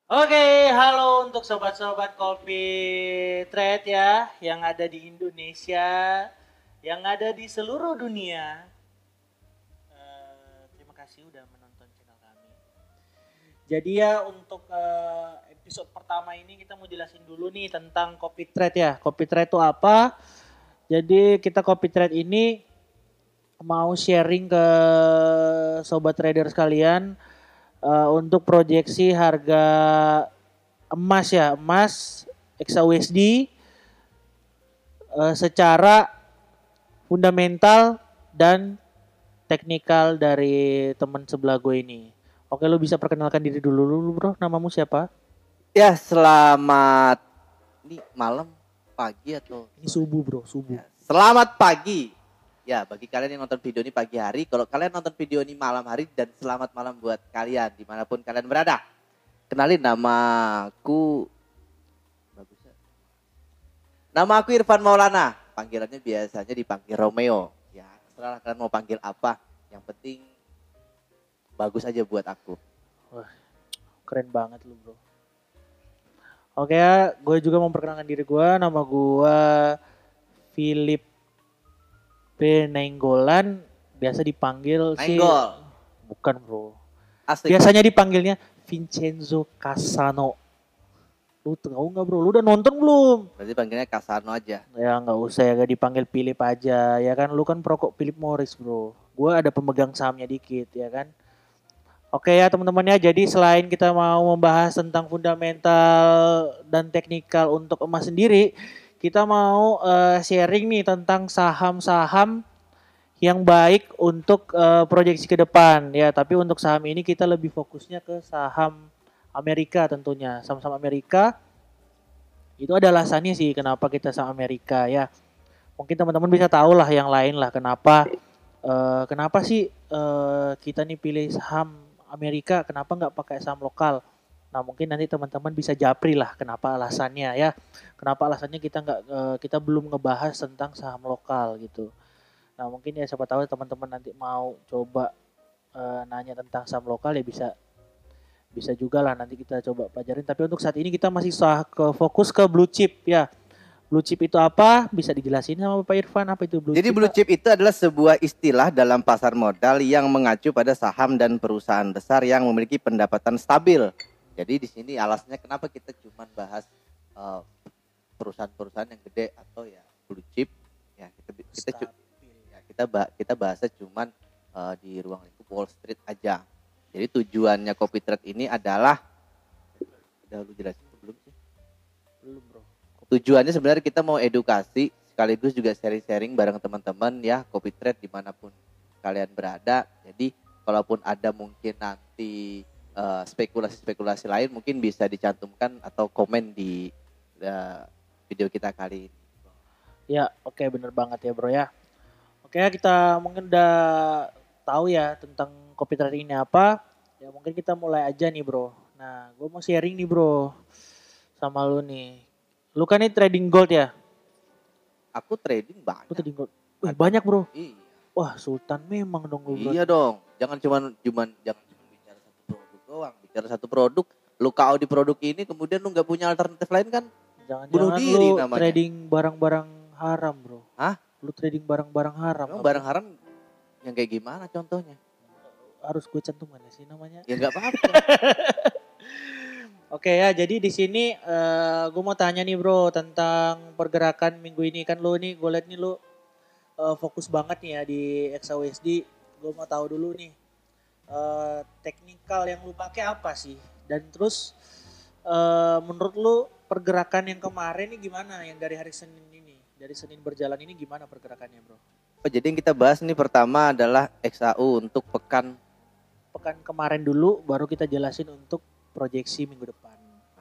Oke, halo untuk sobat-sobat Kopi Trade ya, yang ada di Indonesia, yang ada di seluruh dunia. Terima kasih udah menonton channel kami. Jadi ya untuk episode pertama ini kita mau jelasin dulu nih tentang Kopi Trade ya. Kopi Trade itu apa? Jadi kita Kopi Trade ini mau sharing ke sobat trader sekalian untuk proyeksi harga emas ya, emas XAUSD secara fundamental dan teknikal dari teman sebelah gue ini. Oke, lu bisa perkenalkan diri dulu bro, namamu siapa? Ya, selamat ini malam, pagi atau Ini subuh bro, subuh. ya, selamat pagi. Ya, bagi kalian yang nonton video ini pagi hari, kalau kalian nonton video ini malam hari, dan selamat malam buat kalian dimanapun kalian berada. Kenalin namaku, bagusnya. Nama aku Irfan Maulana, panggilannya biasanya dipanggil Romeo. Ya, terserah kalian mau panggil apa, yang penting bagus aja buat aku. Wah, keren banget lu bro. Oke ya, gue juga memperkenalkan diri gue, nama gue Philip P. Nainggolan, biasa dipanggil sih. Nenggol. Bukan bro. Asik. Biasanya dipanggilnya Vincenzo Casano. Lu tahu nggak bro? Lu udah nonton belum? Berarti panggilnya Kasano aja. Ya nggak usah ya, gak dipanggil Philip aja. Ya kan lu kan perokok Philip Morris bro. Gue ada pemegang sahamnya dikit ya kan. Oke ya teman-teman ya. Jadi selain kita mau membahas tentang fundamental dan teknikal untuk emas sendiri, kita mau sharing nih tentang saham-saham yang baik untuk proyeksi ke depan ya. Tapi untuk saham ini kita lebih fokusnya ke saham Amerika tentunya. Saham-saham Amerika itu ada alasannya sih kenapa kita saham Amerika ya. Mungkin teman-teman bisa tahu lah yang lain lah kenapa sih kita nih pilih saham Amerika, kenapa nggak pakai saham lokal. Nah mungkin nanti teman-teman bisa japri lah kenapa alasannya ya. Kenapa alasannya kita belum ngebahas tentang saham lokal gitu. Nah mungkin ya siapa tahu teman-teman nanti mau coba nanya tentang saham lokal ya bisa bisa juga lah nanti kita coba pelajarin. Tapi untuk saat ini kita masih fokus ke blue chip ya. Blue chip itu apa? Bisa dijelasin sama Bapak Irfan apa itu blue Jadi chip? blue chip itu adalah sebuah istilah dalam pasar modal yang mengacu pada saham dan perusahaan besar yang memiliki pendapatan stabil. Jadi di sini alasannya kenapa kita cuma bahas perusahaan-perusahaan yang gede atau ya blue chip, ya kita bahasnya cuma di ruang lingkup Wall Street aja. Jadi tujuannya copy trade ini adalah, udah lu jelasin belum sih? Belum bro. Tujuannya sebenarnya kita mau edukasi sekaligus juga sharing-sharing bareng teman-teman ya, copy trade dimanapun kalian berada. Jadi kalaupun ada mungkin nanti spekulasi-spekulasi lain mungkin bisa dicantumkan atau komen di video kita kali ini. Ya oke bener banget ya bro ya. Oke kita mungkin udah tahu ya tentang copy trading ini apa. Ya mungkin kita mulai aja nih bro. Nah gue mau sharing nih bro sama lu nih. Lu kan ini trading gold ya? Aku trading banyak. Lu trading gold? Wih banyak bro. Iya. Wah sultan memang dong lu bro. Iya dong. Jangan cuma bicara satu produk doang. Bicara satu produk, lu KO di produk ini kemudian lu nggak punya alternatif lain kan? Jangan-jangan lu namanya trading barang-barang haram bro. Hah? Lu trading barang-barang haram. Emang barang haram yang kayak gimana contohnya? Harus gue cantumin sih namanya? Ya nggak apa-apa. Oke ya, jadi di sini gue mau tanya nih bro tentang pergerakan minggu ini. Kan lu nih, gue liat nih lu fokus banget nih ya di XAUSD. Gue mau tahu dulu nih teknikal yang lu pakai apa sih? Dan terus menurut lu pergerakan yang kemarin nih gimana? Yang dari hari Senin ini, dari Senin berjalan ini gimana pergerakannya bro? Oh, jadi yang kita bahas nih pertama adalah XAU untuk pekan kemarin dulu, baru kita jelasin untuk proyeksi minggu depan.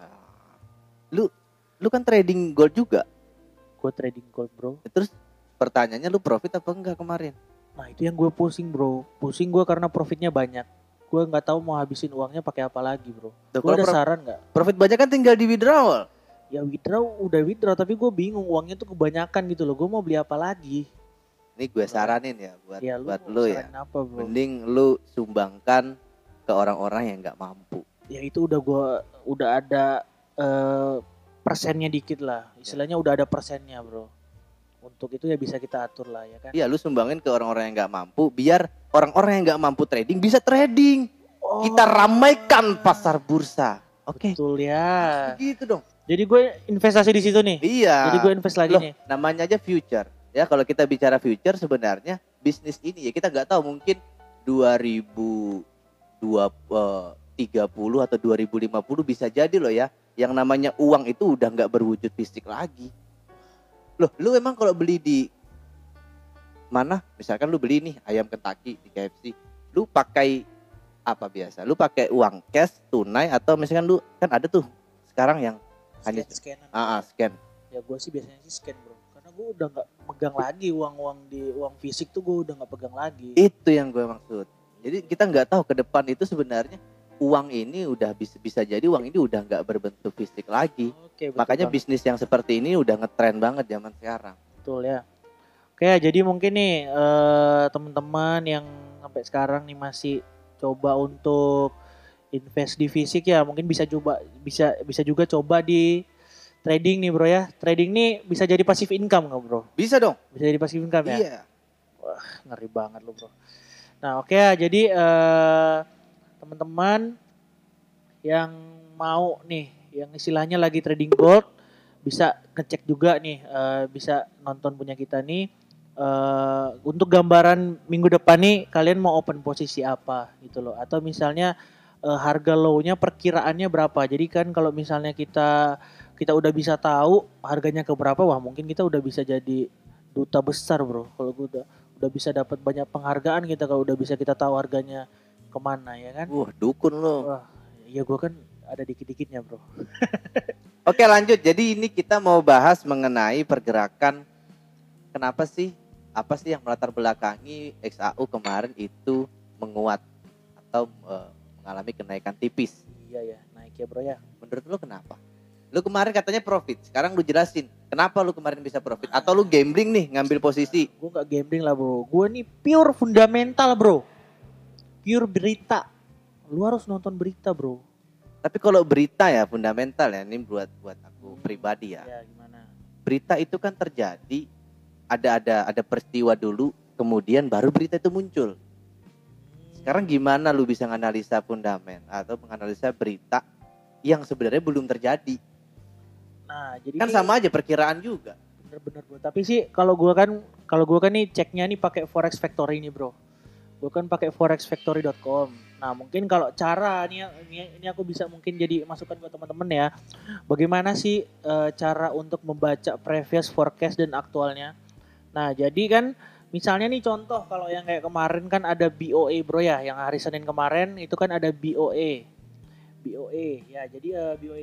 Lu kan trading gold juga. Gue trading gold bro. Terus pertanyaannya lu profit apa enggak kemarin? Nah itu yang gue pusing bro. Pusing gue karena profitnya banyak. Gue gak tahu mau habisin uangnya pakai apa lagi bro. Gue ada saran gak? Profit banyak kan tinggal di withdrawal. Ya udah withdraw tapi gue bingung uangnya tuh kebanyakan gitu loh. Gue mau beli apa lagi? Ini gue saranin ya buat lu ya. Apa, bro? Mending lu sumbangkan ke orang-orang yang gak mampu. ya itu udah ada eh, persennya dikit lah. Istilahnya udah ada persennya, Bro. Untuk itu ya bisa kita atur lah ya kan. Iya, lu sumbangin ke orang-orang yang nggak mampu, biar orang-orang yang nggak mampu trading bisa trading. Kita ramaikan pasar bursa. Oke. Betul ya. Begitu dong. Jadi gue investasi di situ nih. Iya. Jadi gue invest lagi Loh, nih. namanya aja future. Ya, kalau kita bicara future sebenarnya bisnis ini ya kita nggak tahu, mungkin 2030 atau 2050 bisa jadi loh ya. Yang namanya uang itu udah nggak berwujud fisik lagi. Loh, lu emang kalau beli di mana? Misalkan lu beli nih ayam Kentucky di KFC, lu pakai apa biasa? Lu pakai uang cash, tunai, atau misalkan lu kan ada tuh sekarang yang hanya Scan-scanan. scan. Ya gue sih biasanya sih scan, Bro. Karena gue udah gak megang lagi uang fisik tuh, gue udah gak pegang lagi. Itu yang gue maksud. Jadi kita nggak tahu ke depan itu sebenarnya uang ini udah bisa jadi uang ini udah nggak berbentuk fisik lagi. Oke, betul Makanya banget. bisnis yang seperti ini udah ngetren banget zaman sekarang. Betul ya. Oke, jadi mungkin nih teman-teman yang sampai sekarang nih masih coba untuk invest di fisik ya, mungkin bisa juga coba di trading nih, Bro ya. Trading nih bisa jadi passive income nggak, Bro? Bisa dong. Bisa jadi passive income ya? Iya. Ngeri banget lo, Bro. Nah, oke ya. Jadi teman-teman yang mau nih, yang istilahnya lagi trading gold, bisa ngecek juga nih, bisa nonton punya kita nih. Untuk gambaran minggu depan nih, kalian mau open posisi apa gitu loh? Atau misalnya harga low-nya perkiraannya berapa? Jadi kan kalau misalnya kita udah bisa tahu harganya ke berapa, wah mungkin kita udah bisa jadi duta besar, Bro. Kalau gue udah bisa dapat banyak penghargaan kita kalau udah bisa kita tahu harganya kemana ya kan? Dukun lo. Wah, ya gue kan ada dikit-dikitnya, Bro. Oke, lanjut. Jadi ini kita mau bahas mengenai pergerakan. Kenapa sih? Apa sih yang melatar belakangi XAU kemarin itu menguat atau mengalami kenaikan tipis? Iya ya, naik ya, Bro ya. Menurut lo kenapa? Lu kemarin katanya profit. Sekarang lu jelasin. Kenapa lu kemarin bisa profit? Atau lu gambling nih ngambil posisi? Gue gak gambling lah, Bro. Gue nih pure fundamental, Bro. Pure berita. Lu harus nonton berita, Bro. Tapi kalau berita ya fundamental ya, ini buat aku pribadi ya. Ya, gimana? Berita itu kan terjadi, ada peristiwa dulu, kemudian baru berita itu muncul. Sekarang gimana lu bisa menganalisa fundament atau menganalisa berita yang sebenarnya belum terjadi? Nah, jadi Kan sama aja perkiraan juga. Bener-bener, Bro. Tapi sih kalau gua kan nih ceknya nih pakai Forex Factory nih, Bro. Gua kan pakai forexfactory.com. Nah, mungkin kalau cara ini aku bisa mungkin jadi masukan buat teman-teman ya. Bagaimana sih cara untuk membaca previous forecast dan aktualnya? Nah, jadi kan misalnya nih contoh kalau yang kayak kemarin kan ada BOE, Bro ya, yang hari Senin kemarin itu kan ada BOE. BOE ya. Jadi BOE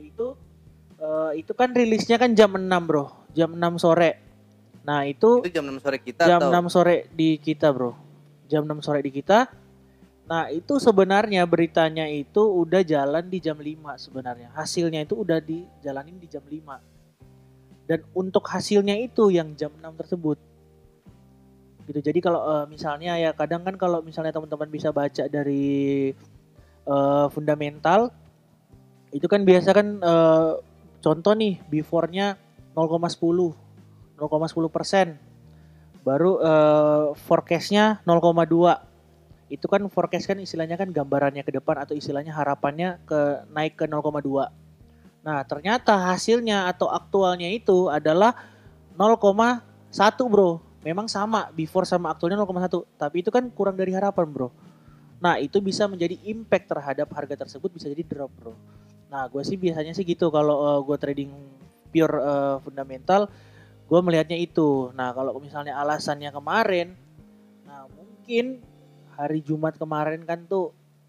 itu kan rilisnya kan jam 6, Bro. Jam 6 sore. Nah, itu jam 6 sore kita jam atau 6 sore di kita, Bro. Jam 6 sore di kita. Nah, itu sebenarnya beritanya itu udah jalan di jam 5 sebenarnya. Hasilnya itu udah dijalanin di jam 5. Dan untuk hasilnya itu yang jam 6 tersebut. Gitu. Jadi kalau misalnya ya kadang kan kalau misalnya teman-teman bisa baca dari fundamental itu kan biasa kan contoh nih, before-nya 0,10%. Baru forecast-nya 0,2. Itu kan forecast kan istilahnya kan gambarannya ke depan atau istilahnya harapannya naik ke 0,2. Nah, ternyata hasilnya atau aktualnya itu adalah 0,1, Bro. Memang sama, before sama aktualnya 0,1. Tapi itu kan kurang dari harapan, Bro. Nah, itu bisa menjadi impact terhadap harga tersebut, bisa jadi drop, Bro. Nah, gue sih biasanya sih gitu kalau gue trading pure fundamental, gue melihatnya itu. Nah, kalau misalnya alasannya kemarin, nah mungkin hari Jumat kemarin kan tuh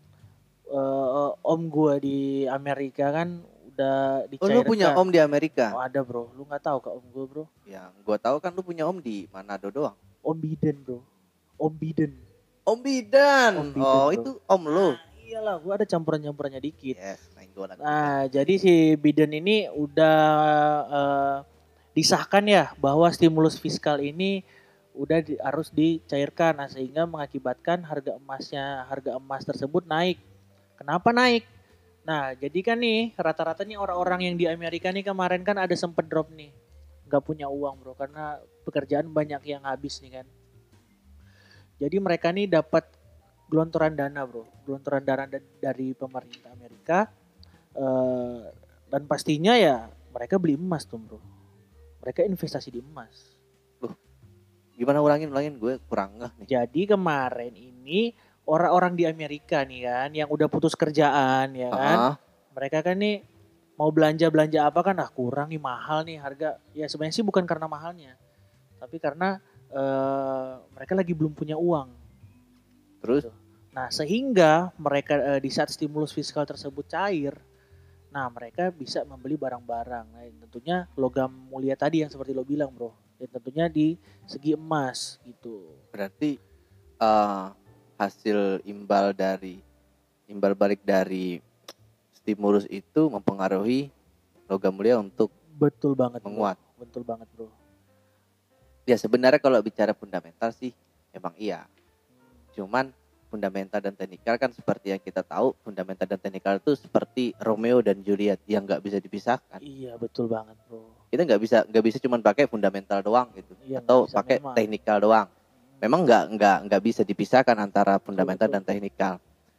om gue di Amerika kan udah dicairkan. lu punya om di Amerika? Oh, ada, Bro. Lu nggak tahu kak om gue, Bro? Ya, gue tahu kan lu punya om di Manado doang. Om Biden, Bro. Om Biden. Om Biden. Oh, itu om lu. Nah, iyalah, gue ada campurannya dikit. Yes, Nah, jadi si Biden ini udah disahkan ya bahwa stimulus fiskal ini udah harus dicairkan, nah, sehingga mengakibatkan harga emas tersebut naik. Kenapa naik? Nah, jadi kan nih rata-rata nih orang-orang yang di Amerika nih kemarin kan ada sempet drop nih. Nggak punya uang bro, karena pekerjaan banyak yang habis nih kan. Jadi mereka nih dapat gelontoran dana bro. Gelontoran dana dari pemerintah Amerika. eh, dan pastinya ya mereka beli emas tuh bro. Mereka investasi di emas. Loh, gimana ulangin gue kurang ngeh nih. Jadi kemarin ini orang-orang di Amerika nih kan yang udah putus kerjaan ya kan. Ah, Mereka kan nih mau belanja-belanja apa kan kurang nih mahal nih harga. Ya sebenarnya sih bukan karena mahalnya. Tapi karena mereka lagi belum punya uang. terus Gitu. Nah, sehingga mereka di saat stimulus fiskal tersebut cair, nah mereka bisa membeli barang-barang. Nah, tentunya logam mulia tadi yang seperti lo bilang, Bro. Dan tentunya di segi emas gitu. berarti hasil imbal balik dari stimulus itu mempengaruhi logam mulia untuk Betul banget, menguat. Bro. Betul banget, Bro. Ya sebenarnya kalau bicara fundamental sih emang iya. Cuman fundamental dan teknikal kan seperti yang kita tahu, fundamental dan teknikal itu seperti Romeo dan Juliet yang nggak bisa dipisahkan. Iya, betul banget, Bro. Kita nggak bisa cuma pakai fundamental doang gitu, Iya, atau nggak bisa pakai memang. teknikal doang. Memang nggak bisa dipisahkan antara fundamental betul. dan teknikal.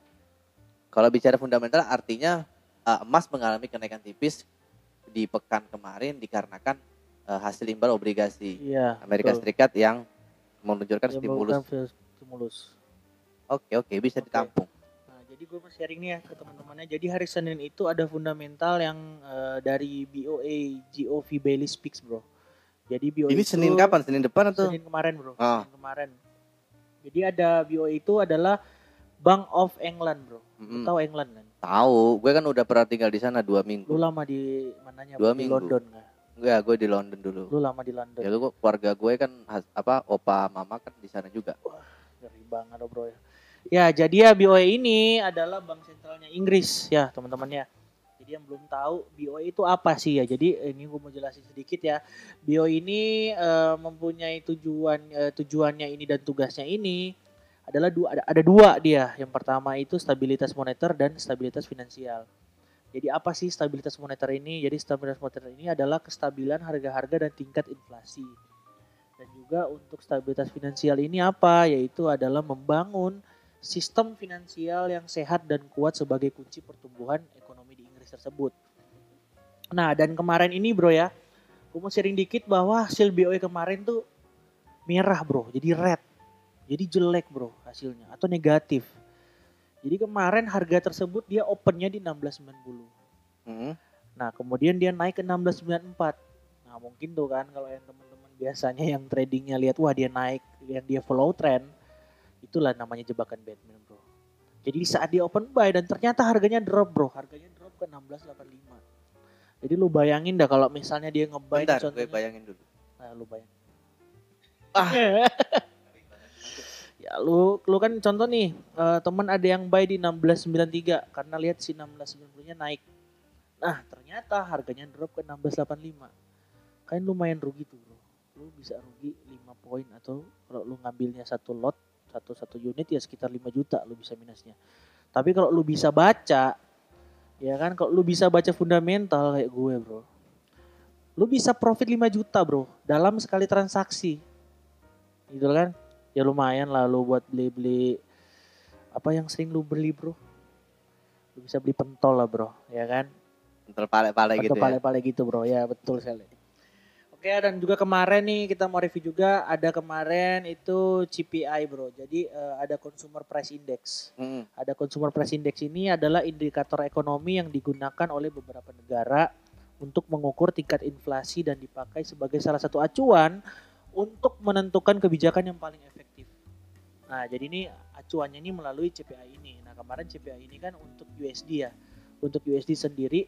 Kalau bicara fundamental artinya emas mengalami kenaikan tipis di pekan kemarin dikarenakan hasil imbal obligasi Iya, Amerika betul. Serikat yang menunjukkan Yang stimulus. melakukan stimulus. Oke, bisa Oke. ditampung. Nah, jadi gue mau sharing nih ya ke teman-temannya. Jadi hari Senin itu ada fundamental yang dari BOA GOV Bailey Speaks, bro. Jadi BOA Ini itu Senin kapan? Senin depan atau? Senin kemarin, bro. Ah. Senin kemarin. Jadi ada BOA itu adalah Bank of England, bro. Lu tahu England kan? Tahu, gue kan udah pernah tinggal di sana 2 minggu. Lu lama di mananya? 2 Di minggu. London nggak? Enggak, gue di London dulu. Lu lama di London. Ya lu keluarga gue kan opa mama kan di sana juga. Wah, ngeri banget, bro ya. Ya, jadi ya BOE ini adalah bank sentralnya Inggris ya, teman-teman ya. Jadi yang belum tahu BOE itu apa sih ya? Jadi ini gue mau jelasin sedikit ya. BOE ini mempunyai tujuannya ini dan tugasnya ini adalah ada dua dia. Yang pertama itu stabilitas moneter dan stabilitas finansial. Jadi apa sih stabilitas moneter ini? Jadi stabilitas moneter ini adalah kestabilan harga-harga dan tingkat inflasi. Dan juga untuk stabilitas finansial ini apa? Yaitu adalah membangun sistem finansial yang sehat dan kuat sebagai kunci pertumbuhan ekonomi di Inggris tersebut. Nah, dan kemarin ini bro ya, gue mau sharing dikit bahwa hasil BOE kemarin tuh merah bro, jadi red. Jadi jelek bro hasilnya atau negatif. Jadi kemarin harga tersebut dia opennya di 1690. Nah, kemudian dia naik ke 1694. Nah, mungkin tuh kan kalau yang teman-teman biasanya yang tradingnya lihat wah dia naik, yang dia follow trend, itulah namanya jebakan Batman bro. Jadi saat dia open buy dan ternyata harganya drop bro, harganya drop ke 1685. Jadi lu bayangin dah kalau misalnya dia ngebuy Bentar, contohnya. gue bayangin dulu. Nah, lu bayangin. Ah. Ya lu kan contoh nih, teman ada yang buy di 1693 karena lihat si 1690-nya naik. Nah, ternyata harganya drop ke 1685. Kan lumayan rugi tuh, bro. Lu bisa rugi 5 poin atau kalau lu ngambilnya satu lot, satu unit ya sekitar 5 juta lu bisa minusnya. Tapi kalau lu bisa baca, ya kan kalau lu bisa baca fundamental kayak gue, bro. Lu bisa profit 5 juta, bro, dalam sekali transaksi. Gitu kan? Ya lumayan lah lu buat beli-beli apa yang sering lu beli, bro. Lu bisa beli pentol lah, bro, ya kan? Pentol pale-pale gitu ya. Pale-pale gitu, bro. Ya, betul sekali. Oke, dan juga kemarin nih kita mau review juga ada kemarin itu CPI bro. Jadi ada Consumer Price Index. Ada Consumer Price Index ini adalah indikator ekonomi yang digunakan oleh beberapa negara untuk mengukur tingkat inflasi dan dipakai sebagai salah satu acuan untuk menentukan kebijakan yang paling efektif. Nah, jadi ini acuannya ini melalui CPI ini. Nah, kemarin CPI ini kan untuk USD ya. Untuk USD sendiri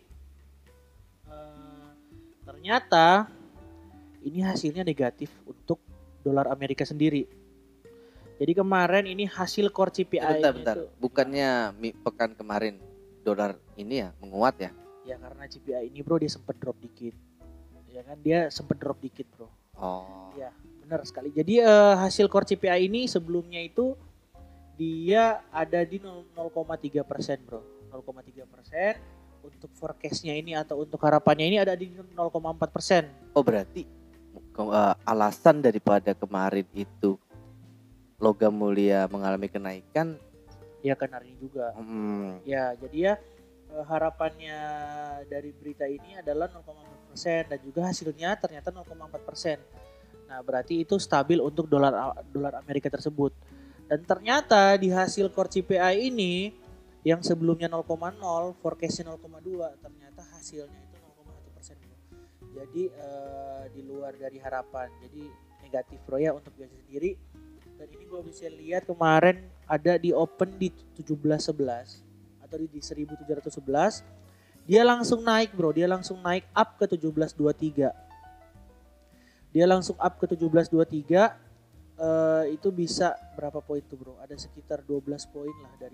ternyata ini hasilnya negatif untuk dolar Amerika sendiri. Jadi kemarin ini hasil core CPI. Bentar. Bukannya pekan kemarin dolar ini ya menguat ya? Ya karena CPI ini bro dia sempat drop dikit. Ya kan dia sempat drop dikit bro. Oh. Ya benar sekali. Jadi hasil core CPI ini sebelumnya itu dia ada di 0,3% bro. 0,3%. Untuk forecast-nya ini atau untuk harapannya ini ada di 0,4%. Oh berarti alasan daripada kemarin itu logam mulia mengalami kenaikan Ya kan hari ini juga. Ya jadi ya harapannya dari berita ini adalah 0,4% dan juga hasilnya ternyata 0,4%. Nah berarti itu stabil untuk dolar Amerika tersebut. Dan ternyata di hasil core CPI ini yang sebelumnya 0,0, forecastnya 0,2, ternyata hasilnya itu 0,1%. Jadi di luar dari harapan. Jadi negatif bro ya untuk biasa sendiri. Dan ini gue bisa lihat kemarin ada di open di 1711 atau di 1711. Dia langsung naik bro, dia langsung naik up ke 1723. Dia langsung up ke 1723. Itu bisa berapa poin tuh bro? Ada sekitar 12 poin lah dari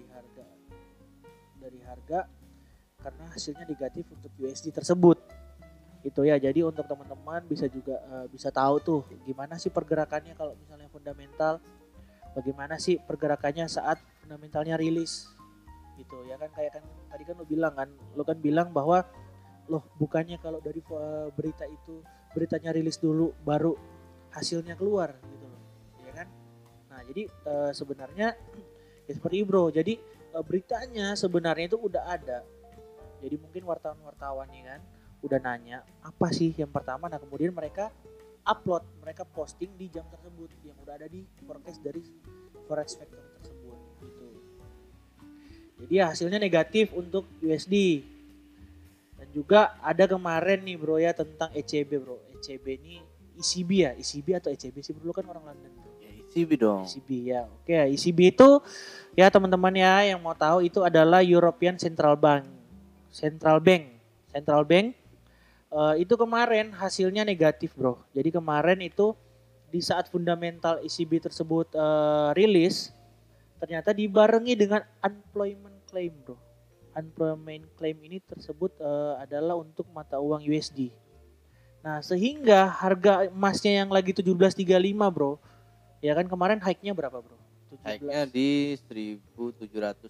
harga karena hasilnya negatif untuk USD tersebut. Itu ya, jadi untuk teman-teman bisa juga bisa tahu tuh gimana sih pergerakannya kalau misalnya fundamental, bagaimana sih pergerakannya saat fundamentalnya rilis gitu ya kan. Kayak kan tadi kan lo bilang bahwa loh bukannya kalau dari berita itu beritanya rilis dulu baru hasilnya keluar gitu loh ya kan. Nah jadi sebenarnya ya seperti itu bro, jadi beritanya sebenarnya itu udah ada, jadi mungkin wartawan-wartawannya kan udah nanya apa sih yang pertama, nah kemudian mereka upload, mereka posting di jam tersebut yang udah ada di forecast dari forex factor tersebut gitu. Jadi ya hasilnya negatif untuk USD. Dan juga ada kemarin nih bro ya tentang ECB bro. ECB ini ECB ya, ECB atau ECB sih bro, kan orang London bro. Ya, ECB dong. ECB ya. Oke, ECB itu ya teman-teman ya yang mau tahu itu adalah European Central Bank. Central Bank itu kemarin hasilnya negatif bro. Jadi kemarin itu di saat fundamental ECB tersebut rilis, ternyata dibarengi dengan unemployment claim bro. Unemployment claim ini tersebut adalah untuk mata uang USD. Nah sehingga harga emasnya yang lagi 1735 bro, ya kan kemarin hike-nya berapa bro? Hike-nya di 1739.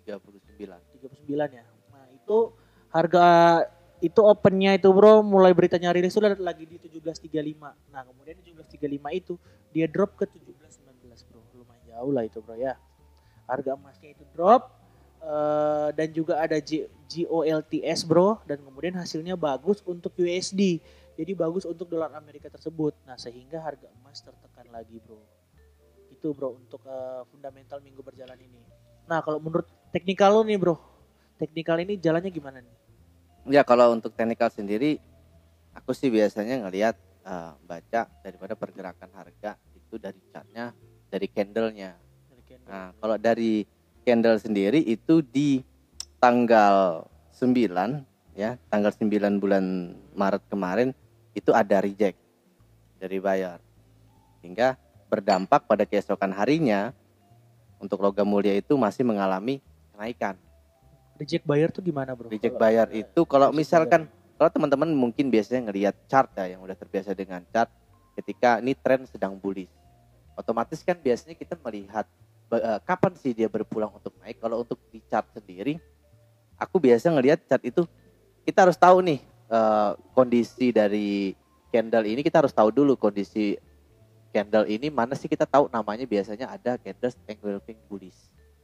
39 ya. Nah itu harga itu opennya itu bro, mulai beritanya rilis itu lagi di 1735. Nah kemudian di 1735 itu dia drop ke 1719 bro. Lumayan jauh lah itu bro ya. Harga emasnya itu drop dan juga ada GOLTS bro, dan kemudian hasilnya bagus untuk USD. Jadi bagus untuk dolar Amerika tersebut. Nah sehingga harga emas tertekan lagi bro. Itu bro untuk fundamental minggu berjalan ini. Nah kalau menurut teknikal lo nih bro, teknikal ini jalannya gimana nih? Ya kalau untuk teknikal sendiri, aku sih biasanya ngelihat baca daripada pergerakan harga itu dari chartnya, dari candlenya. Nah kalau dari candle sendiri itu di tanggal 9 ya, tanggal 9 bulan Maret kemarin itu ada reject dari buyer, sehingga berdampak pada keesokan harinya untuk logam mulia itu masih mengalami kenaikan. Reject buyer tuh gimana bro? Reject buyer itu kalau misalkan kalau teman-teman mungkin biasanya ngelihat chart ya, yang udah terbiasa dengan chart, ketika ini tren sedang bullish, otomatis kan biasanya kita melihat kapan sih dia berpulang untuk naik. Kalau untuk di chart sendiri, aku biasa ngelihat chart itu kita harus tahu nih kondisi dari candle ini, kita harus tahu dulu kondisi candle ini mana sih, kita tahu namanya biasanya ada candle engulfing bullish.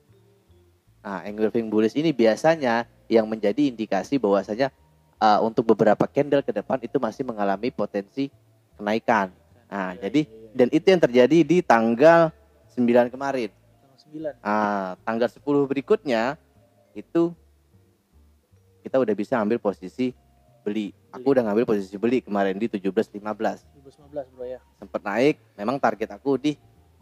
Nah, engulfing bullish ini biasanya yang menjadi indikasi bahwasanya untuk beberapa candle ke depan itu masih mengalami potensi kenaikan. Nah, jadi dan itu yang terjadi di tanggal 9 kemarin. Tanggal 10 berikutnya itu kita udah bisa ambil posisi beli. Aku udah ngambil posisi beli kemarin di 17.15. 17.15 bro ya. Sempat naik, memang target aku di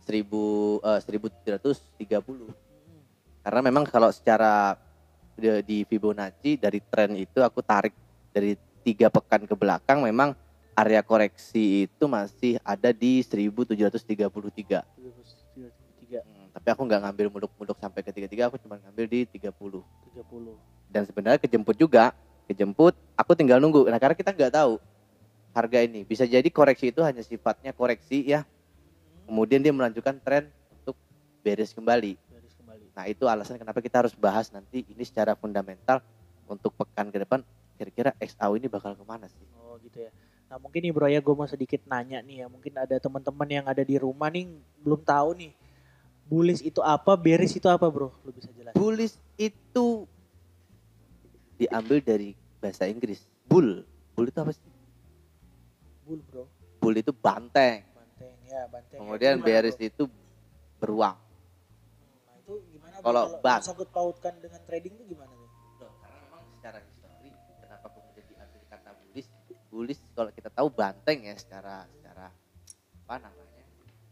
1730. Karena memang kalau secara di Fibonacci dari tren itu aku tarik dari 3 pekan ke belakang, memang area koreksi itu masih ada di 1733. Tapi aku nggak ngambil muluk-muluk sampai ke 33, aku cuma ngambil di 30. Dan sebenarnya kejemput, aku tinggal nunggu. Nah karena kita nggak tahu harga ini, bisa jadi koreksi itu hanya sifatnya koreksi ya. Kemudian dia melanjutkan tren untuk bearish kembali. Nah itu alasan kenapa kita harus bahas nanti ini secara fundamental untuk pekan ke depan. Kira-kira XAU ini bakal kemana sih? Oh gitu ya. Nah mungkin nih bro ya gue mau sedikit nanya nih ya. Mungkin ada teman-teman yang ada di rumah nih belum tahu nih. Bullish itu apa, bearish itu apa bro? Lu bisa jelasin? Bullish itu diambil dari bahasa Inggris. Bull. Bull itu apa sih? Bull bro. Bull itu banteng. Banteng ya banteng. Kemudian Ya, bearish bro? itu beruang. Nah itu gimana bro? Kalau Kalau sangkut pautkan dengan trading itu gimana tuh? Loh, karena memang secara histori kenapa kemudian diambil kata bullish? Bullish kalau kita tahu banteng ya secara apa namanya?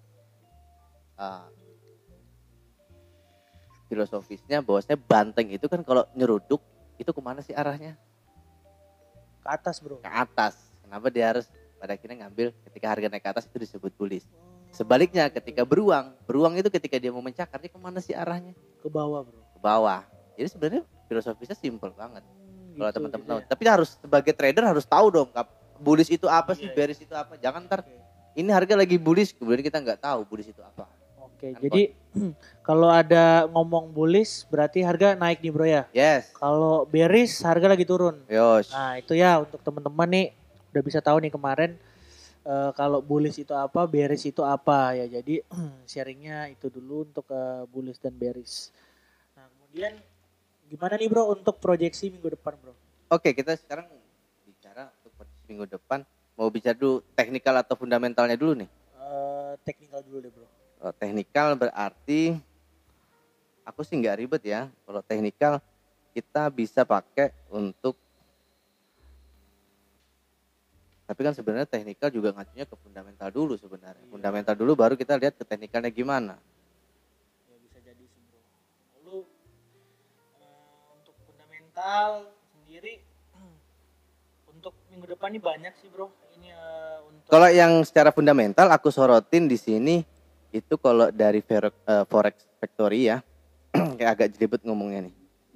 Filosofisnya bahwasanya banteng itu kan kalau nyeruduk itu kemana sih arahnya? Ke atas bro. Ke atas. Kenapa dia harus pada akhirnya ngambil ketika harga naik ke atas itu disebut bullish. Sebaliknya ketika beruang itu ketika dia mau mencakar dia kemana sih arahnya? Ke bawah bro. Ke bawah. Jadi sebenarnya filosofisnya simple banget. Kalau Gitu, teman-teman gitu tahu. ya. Tapi harus sebagai trader harus tahu dong, bullish itu apa sih, Iya, iya. bearish itu apa. Jangan ntar Oke. ini harga lagi bullish kemudian kita nggak tahu bullish itu apa. Oke, Kan jadi kalau ada ngomong bullish berarti harga naik nih bro ya. Yes. Kalau bearish harga lagi turun. Yos. Nah itu ya untuk teman-teman nih udah bisa tahu nih kemarin kalau bullish itu apa, bearish itu apa ya. Jadi sharingnya itu dulu untuk bullish dan bearish. Nah kemudian gimana nih bro untuk proyeksi minggu depan bro? Oke, kita sekarang bicara untuk minggu depan. Mau bicara dulu teknikal atau fundamentalnya dulu nih? Teknikal dulu deh bro. Teknikal berarti aku sih nggak ribet ya. Kalau teknikal kita bisa pakai untuk, tapi kan sebenarnya teknikal juga ngacunya ke fundamental dulu sebenarnya. Iya. Fundamental dulu baru kita lihat ke teknikalnya gimana. Ya bisa jadi sih bro. Lalu untuk fundamental sendiri untuk minggu depan ini banyak sih bro. Ini untuk Kalau yang secara fundamental aku sorotin di sini itu kalau dari Forex Factory ya, kayak agak jelibet ngomongnya nih.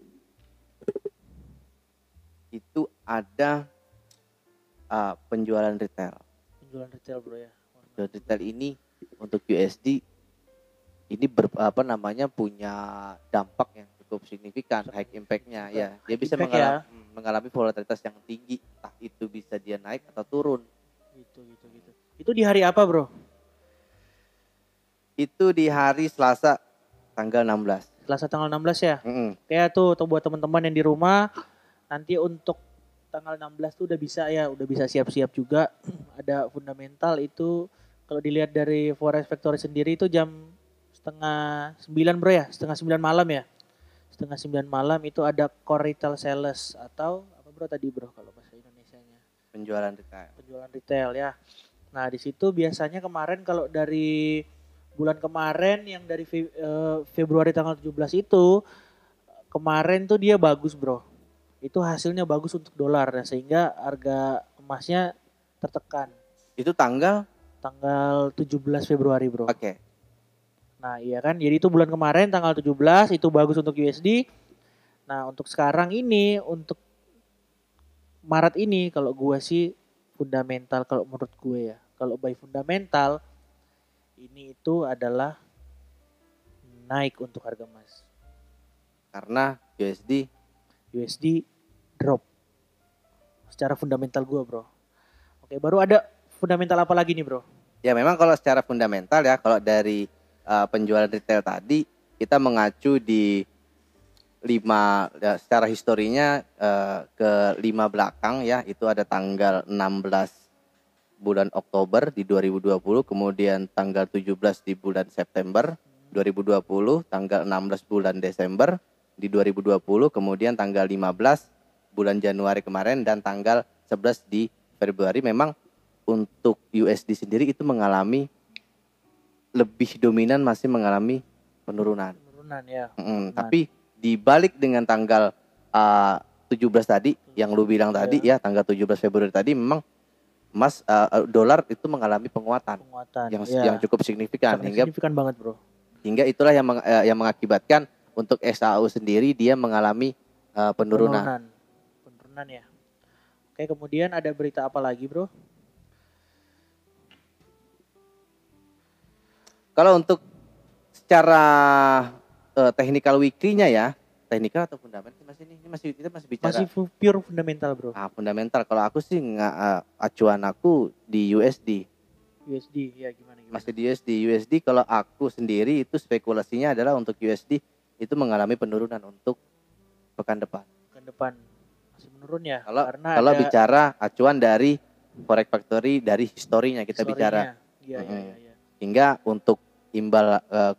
Itu ada penjualan retail. penjualan retail bro ya. Penjualan retail ini untuk USD ini punya dampak yang cukup signifikan, high impact-nya ya. Dia bisa mengalami volatilitas yang tinggi, entah itu bisa dia naik atau turun. Gitu. Itu di hari apa bro? Itu di hari Selasa tanggal 16. Selasa tanggal 16 ya? Kayak tuh buat teman-teman yang di rumah nanti untuk tanggal 16 tuh udah bisa siap-siap juga. Ada fundamental itu kalau dilihat dari Forex Factory sendiri itu jam 8:30 bro ya, 8:30 malam ya. 8:30 malam itu ada core retail sales atau apa bro tadi bro kalau bahasa Indonesianya? Penjualan retail. Penjualan retail ya. Nah di situ biasanya kemarin kalau dari bulan kemarin yang dari Februari tanggal 17 itu kemarin tuh dia bagus bro. Itu hasilnya bagus untuk dolar ya, sehingga harga emasnya tertekan. Itu tanggal 17 Februari bro. Oke. Nah iya kan, jadi itu bulan kemarin tanggal 17 itu bagus untuk USD. Nah untuk sekarang ini, untuk Maret ini kalau gue sih fundamental kalau menurut gue ya. Kalau by fundamental ini itu adalah naik untuk harga emas. Karena USD drop. Secara fundamental gue bro. Oke, baru ada fundamental apa lagi nih bro? Ya memang kalau secara fundamental ya, kalau dari penjualan retail tadi kita mengacu di 5 ya, secara historinya ke 5 belakang ya, itu ada tanggal 16 bulan Oktober di 2020, kemudian tanggal 17 di bulan September 2020, tanggal 16 bulan Desember di 2020, kemudian tanggal 15 bulan Januari kemarin, dan tanggal 11 di Februari. Memang untuk USD sendiri itu mengalami lebih dominan, masih mengalami penurunan. Penurunan ya. Tapi dibalik dengan tanggal 17 tadi yang lu bilang tadi ya, tanggal 17 Februari tadi, memang emas dolar itu mengalami penguatan yang cukup signifikan. Signifikan banget bro. Hingga itulah yang mengakibatkan untuk XAU sendiri dia mengalami penurunan ya. Oke, kemudian ada berita apa lagi bro? Kalau untuk secara technical weekly-nya ya. Technical atau fundamental masih ini masih kita masih bicara. Masih pure fundamental, bro. Fundamental. Kalau aku sih acuan aku di USD. USD ya gimana? Masih di USD kalau aku sendiri itu spekulasinya adalah untuk USD itu mengalami penurunan untuk pekan depan. Pekan depan masih menurun ya. Kalau bicara acuan dari Forex Factory dari historinya kita bicara. Iya. Hingga untuk imbal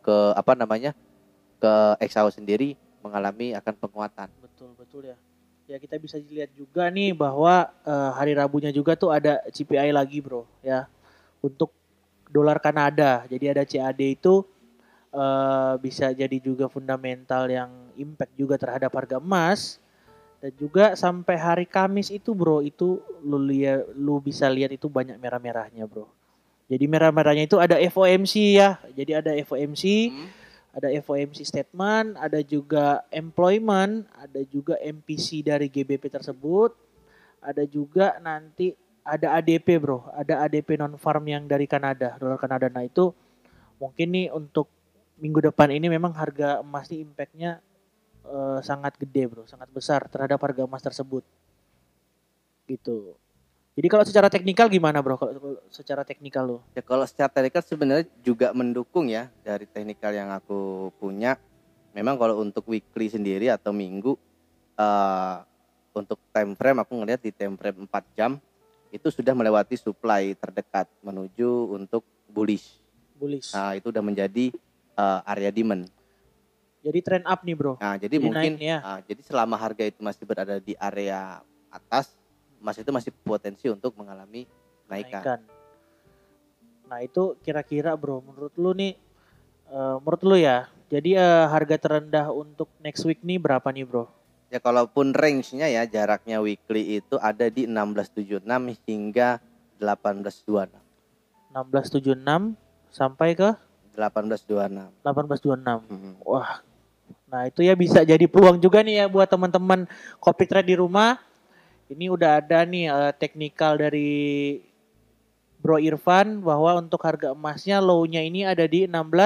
ke XAU sendiri mengalami akan penguatan. Betul ya. Ya kita bisa lihat juga nih bahwa hari Rabunya juga tuh ada CPI lagi, bro, ya. Untuk dolar Kanada. Jadi ada CAD itu bisa jadi juga fundamental yang impact juga terhadap harga emas. Dan juga sampai hari Kamis itu, bro, itu lu bisa lihat itu banyak merah-merahnya, bro. Jadi merah-merahnya itu ada FOMC ya. Jadi ada FOMC. Ada FOMC statement, ada juga employment, ada juga MPC dari GBP tersebut, ada juga nanti ada ADP, bro, ada ADP non farm yang dari Kanada, dolar Kanada. Nah itu mungkin nih untuk minggu depan ini memang harga emas ini impactnya sangat gede, bro, sangat besar terhadap harga emas tersebut, gitu. Jadi kalau secara teknikal gimana, bro? Kalau secara teknikal lo? Ya kalau secara teknikal sebenarnya juga mendukung ya dari teknikal yang aku punya. Memang kalau untuk weekly sendiri atau minggu untuk time frame aku ngelihat di time frame 4 jam itu sudah melewati supply terdekat menuju untuk bullish. Nah, itu udah menjadi area demand. Jadi trend up nih, bro. Nah, jadi mungkin jadi selama harga itu masih berada di area atas, emas itu masih potensi untuk mengalami kenaikan. Nah itu kira-kira, bro, menurut lu nih, menurut lu ya, jadi harga terendah untuk next week nih berapa nih, bro? Ya kalaupun range-nya ya jaraknya weekly itu ada di 1676 hingga 1826. 1676 sampai ke 1826. 1826. Wah. Nah itu ya bisa jadi peluang juga nih ya buat teman-teman copy trade di rumah. Ini udah ada nih teknikal dari Bro Irfan bahwa untuk harga emasnya low-nya ini ada di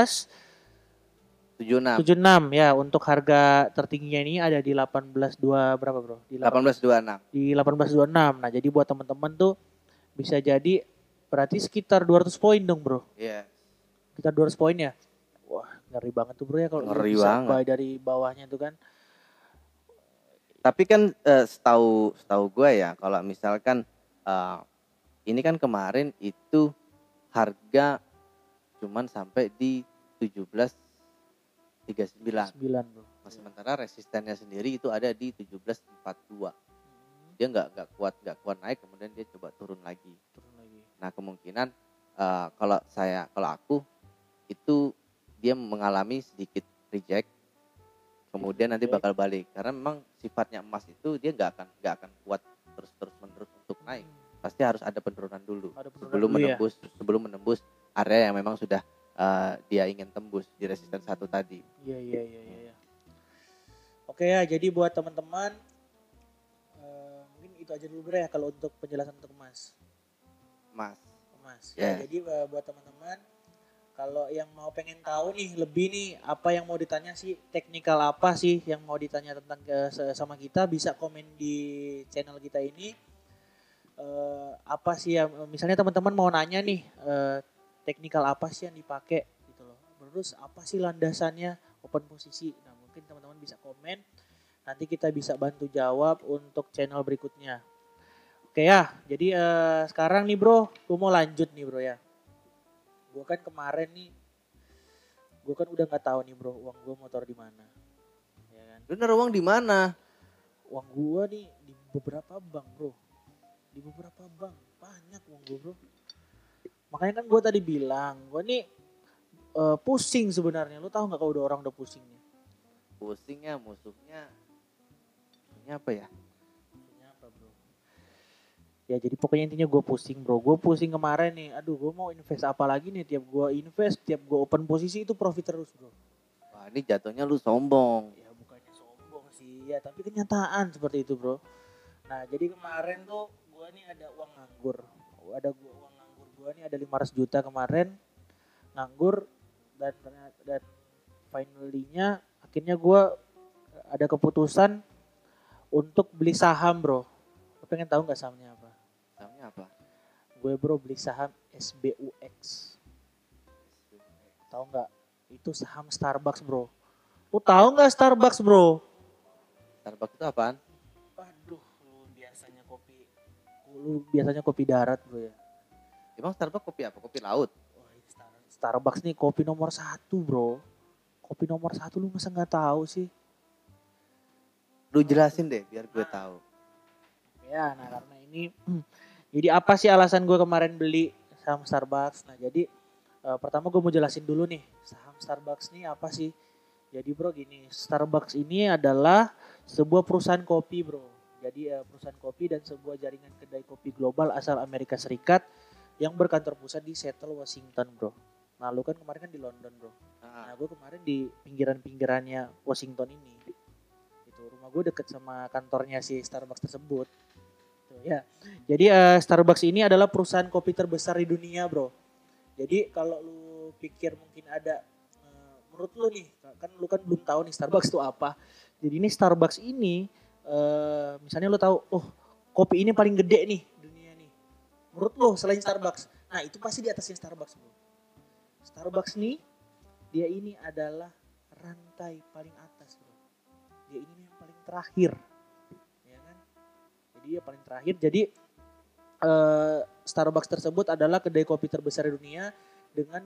1676 ya. Untuk harga tertingginya ini ada di 18.2 berapa, bro? Di 1826. Di 1826. Nah, jadi buat teman-teman tuh bisa jadi berarti sekitar 200 poin dong, bro. Iya. Sekitar 200 poin ya. Wah, ngeri banget tuh, bro, ya kalau bisa buy dari bawahnya tuh kan. Tapi kan setahu gue ya kalau misalkan ini kan kemarin itu harga cuman sampai di 17.39. Bro. Sementara resistennya sendiri itu ada di 17.42. Dia nggak kuat naik, kemudian dia coba turun lagi. Nah kemungkinan kalau aku itu dia mengalami sedikit reject. Kemudian nanti bakal balik karena memang sifatnya emas itu dia nggak akan kuat terus menerus untuk naik. Pasti harus ada penurunan dulu sebelum menembus area yang memang sudah dia ingin tembus di resisten 1 tadi. Iya. Oke ya, jadi buat teman-teman mungkin itu aja dulu, bro, ya kalau untuk penjelasan untuk emas. Ya, jadi buat teman-teman kalau yang mau pengen tahu nih lebih nih apa yang mau ditanya sih, teknikal apa sih yang mau ditanya tentang sama kita, bisa komen di channel kita ini. Apa sih ya, misalnya teman-teman mau nanya nih teknikal apa sih yang dipakai gitu loh. Terus apa sih landasannya open posisi. Nah, mungkin teman-teman bisa komen. Nanti kita bisa bantu jawab untuk channel berikutnya. Oke ya, jadi sekarang nih, bro, gue mau lanjut nih, bro, ya. Gue kan kemarin nih, gue kan udah nggak tahu nih, bro, uang gue mau taruh di mana, ya kan? Bener, uang di mana? Uang gue nih di beberapa bank, bro, banyak uang gue, bro. Makanya kan gue tadi bilang, gue nih pusing sebenarnya. Lu tahu nggak kalau orang udah pusing nih? Pusingnya musuhnya apa ya? Ya jadi pokoknya intinya gue pusing, bro. Gue pusing kemarin nih. Aduh, gue mau invest apa lagi nih? Tiap gue invest, tiap gue open posisi itu profit terus, bro. Wah, ini jatuhnya lu sombong. Ya bukannya sombong sih, ya tapi kenyataan seperti itu, bro. Nah jadi kemarin tuh gue nih ada uang nganggur. Uang nganggur gue nih ada 500 juta kemarin nganggur, dan finally-nya akhirnya gue ada keputusan untuk beli saham bro. Lo pengen tahu nggak sahamnya apa? Sahamnya apa? Gue bro beli saham SBUX. Tahu nggak? Itu saham Starbucks bro. Lu tahu nggak Starbucks bro? Starbucks itu apaan? Waduh, lu biasanya kopi darat bro ya. Emang Starbucks kopi apa? Kopi laut? Wah, ini Starbucks nih kopi nomor 1 bro. Kopi nomor 1 lu masa nggak tahu sih? Lu jelasin deh biar gue tahu. Ya, nah karena ini jadi apa sih alasan gue kemarin beli saham Starbucks? Nah jadi pertama gue mau jelasin dulu nih saham Starbucks nih apa sih? Jadi bro gini, Starbucks ini adalah sebuah perusahaan kopi bro. Jadi perusahaan kopi dan sebuah jaringan kedai kopi global asal Amerika Serikat yang berkantor pusat di Seattle, Washington bro. Nah lu kan kemarin kan di London bro. Nah gue kemarin di pinggiran-pinggirannya Washington ini. Itu rumah gue deket sama kantornya si Starbucks tersebut. Tuh, ya. Jadi Starbucks ini adalah perusahaan kopi terbesar di dunia bro. Jadi kalau lu pikir mungkin ada menurut lu nih, kan lu kan belum tahu nih Starbucks itu apa. Jadi ini Starbucks ini, misalnya lu tahu, oh kopi ini paling gede nih dunia nih. Menurut lu selain Starbucks, nah itu pasti di atasnya Starbucks bro. Starbucks nih, dia ini adalah rantai paling atas bro. Dia ini yang paling terakhir, ya kan? Jadi dia paling terakhir. Jadi Starbucks tersebut adalah kedai kopi terbesar di dunia dengan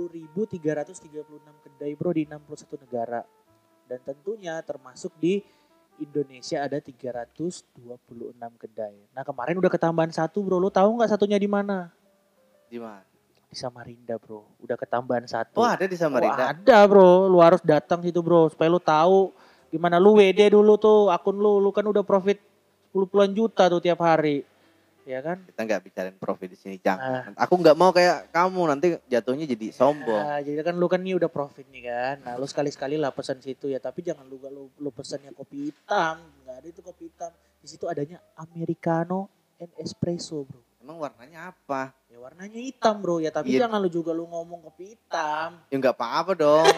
20.336 kedai bro di 61 negara. Dan tentunya termasuk di Indonesia ada 326 kedai. Nah kemarin udah ketambahan 1 bro, lu tahu nggak satunya di mana? Di mana? Di Samarinda bro, udah ketambahan 1. Oh ada di Samarinda? Oh, ada bro, lu harus datang situ bro, supaya lu tahu gimana lu WD dulu tuh, akun lu kan udah profit 10 puluhan juta tuh tiap hari. Ya kan? Kita nggak bicarain profit di sini, jangan. Aku nggak mau kayak kamu nanti jatuhnya jadi sombong. Nah, jadi kan lu kan nih udah profit nih kan. Nah, lu sekali-sekali lah pesan situ ya, tapi jangan lu pesannya kopi hitam. Nggak ada itu kopi hitam. Di situ adanya americano and espresso, bro. Emang warnanya apa? Ya warnanya hitam, bro. Ya tapi jangan lu juga lu ngomong kopi hitam. Ya nggak apa-apa dong.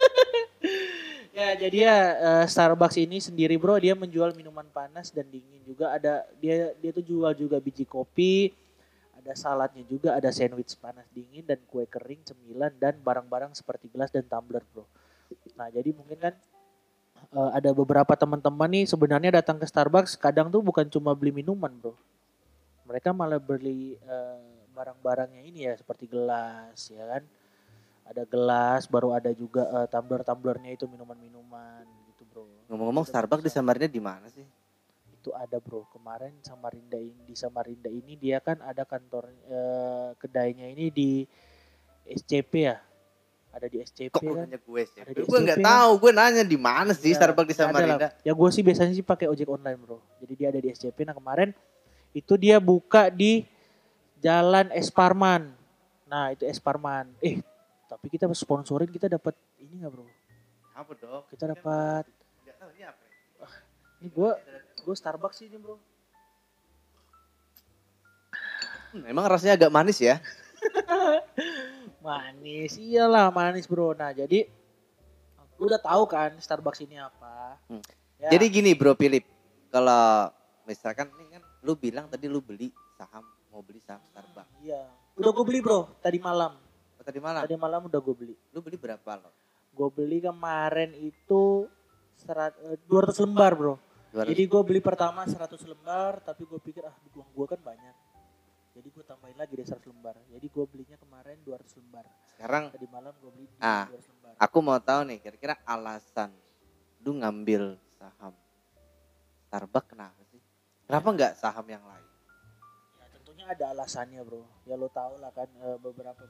Ya jadi ya Starbucks ini sendiri bro, dia menjual minuman panas dan dingin juga. Ada dia tuh jual juga biji kopi, ada saladnya juga, ada sandwich panas dingin dan kue kering, cemilan dan barang-barang seperti gelas dan tumbler bro. Nah jadi mungkin kan ada beberapa teman-teman nih sebenarnya datang ke Starbucks kadang tuh bukan cuma beli minuman bro. Mereka malah beli barang-barangnya ini ya seperti gelas ya kan. Ada gelas, baru ada juga tumbler-tumblernya itu minuman-minuman gitu bro. Ngomong-ngomong Starbucks di Samarinda di mana sih? Itu ada bro, kemarin di Samarinda ini dia kan ada kantor kedainya ini di SCP ya. Ada di SCP Kok kan. nanya gue sih? Ada di Gue nggak SCP tahu, gue nanya di mana sih ya, Starbucks di Samarinda? Ya gue sih biasanya sih pakai ojek online bro. Jadi dia ada di SCP. Nah kemarin itu dia buka di Jalan Esparman. Nah itu Esparman. Tapi kita sponsorin kita dapat ini nggak bro? Apa dong? Kita dapat. Nggak tahu ini apa? Ini gue Starbucks sih ini bro. Emang rasanya agak manis ya? Manis, iyalah manis bro. Nah jadi lu udah tahu kan Starbucks ini apa? Ya. Jadi gini bro Philip, kalau misalkan ini kan lu bilang tadi lu mau beli saham Starbucks. Iya. Udah gue beli bro tadi malam. Tadi malam? Tadi malam udah gue beli. Lu beli berapa lo? Gue beli kemarin itu 200 lembar bro. 200. Jadi gue beli pertama 100 lembar, tapi gue pikir uang gue kan banyak. Jadi gue tambahin lagi deh 100 lembar. Jadi gue belinya kemarin 200 lembar. Sekarang tadi malam gue beli 200 lembar. Aku mau tahu nih kira-kira alasan lu ngambil saham Starbucks kenapa sih? Kenapa nggak saham yang lain? Ada alasannya bro, ya lo tau lah kan beberapa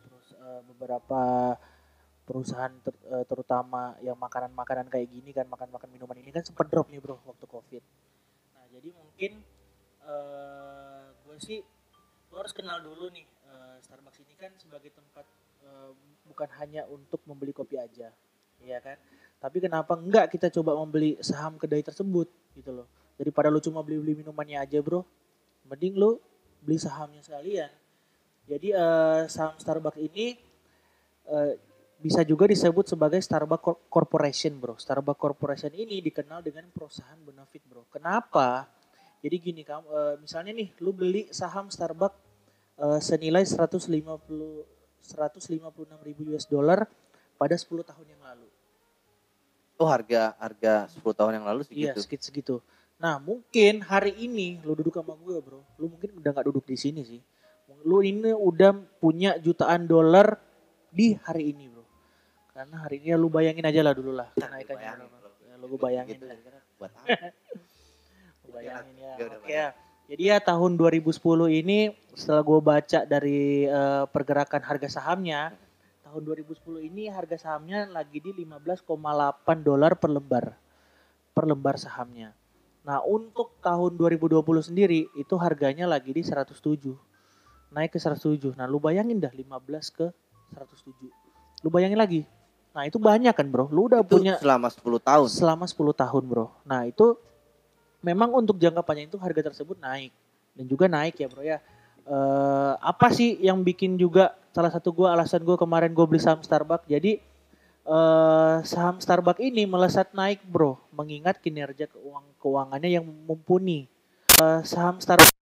perusahaan terutama yang makanan-makanan kayak gini kan, makan-makan minuman ini kan sempat drop nih bro waktu covid. Nah jadi mungkin gue sih lo harus kenal dulu nih Starbucks ini kan sebagai tempat bukan hanya untuk membeli kopi aja, ya kan? Tapi kenapa enggak kita coba membeli saham kedai tersebut gitu loh, daripada lo cuma beli minumannya aja bro, mending lo beli sahamnya sekalian. Jadi saham Starbucks ini bisa juga disebut sebagai Starbucks Corporation, bro. Starbucks Corporation ini dikenal dengan perusahaan bonafit, bro. Kenapa? Jadi gini, kamu misalnya nih, lu beli saham Starbucks senilai 156 ribu US dollar pada 10 tahun yang lalu. Oh, harga 10 tahun yang lalu Iya, segitu. segitu. Nah, mungkin hari ini lu duduk sama gue, bro. Lu mungkin udah gak duduk di sini sih. Lu ini udah punya jutaan dolar di hari ini, bro. Karena hari ini lu bayangin aja lah dulu lah kenaikannya berapa. Ya, lu bayangin gitu, lah. Buat apa? Lu bayangin ya. Ya udah, Oke ya. Jadi ya tahun 2010 ini setelah gue baca dari pergerakan harga sahamnya, tahun 2010 ini harga sahamnya lagi di 15,8 dolar per lembar sahamnya. Nah, untuk tahun 2020 sendiri itu harganya lagi di 107. Naik ke 107. Nah, lu bayangin dah 15 ke 107. Lu bayangin lagi. Nah, itu banyak kan, bro. Lu udah Itu punya selama 10 tahun. selama 10 tahun, bro. Nah, itu memang untuk jangka panjang itu harga tersebut naik. Dan juga naik ya, bro ya. Apa sih yang bikin juga salah satu alasan gue kemarin gue beli saham Starbucks. Jadi saham Starbucks ini melesat naik, bro, mengingat kinerja keuangannya yang mumpuni. Saham Starbucks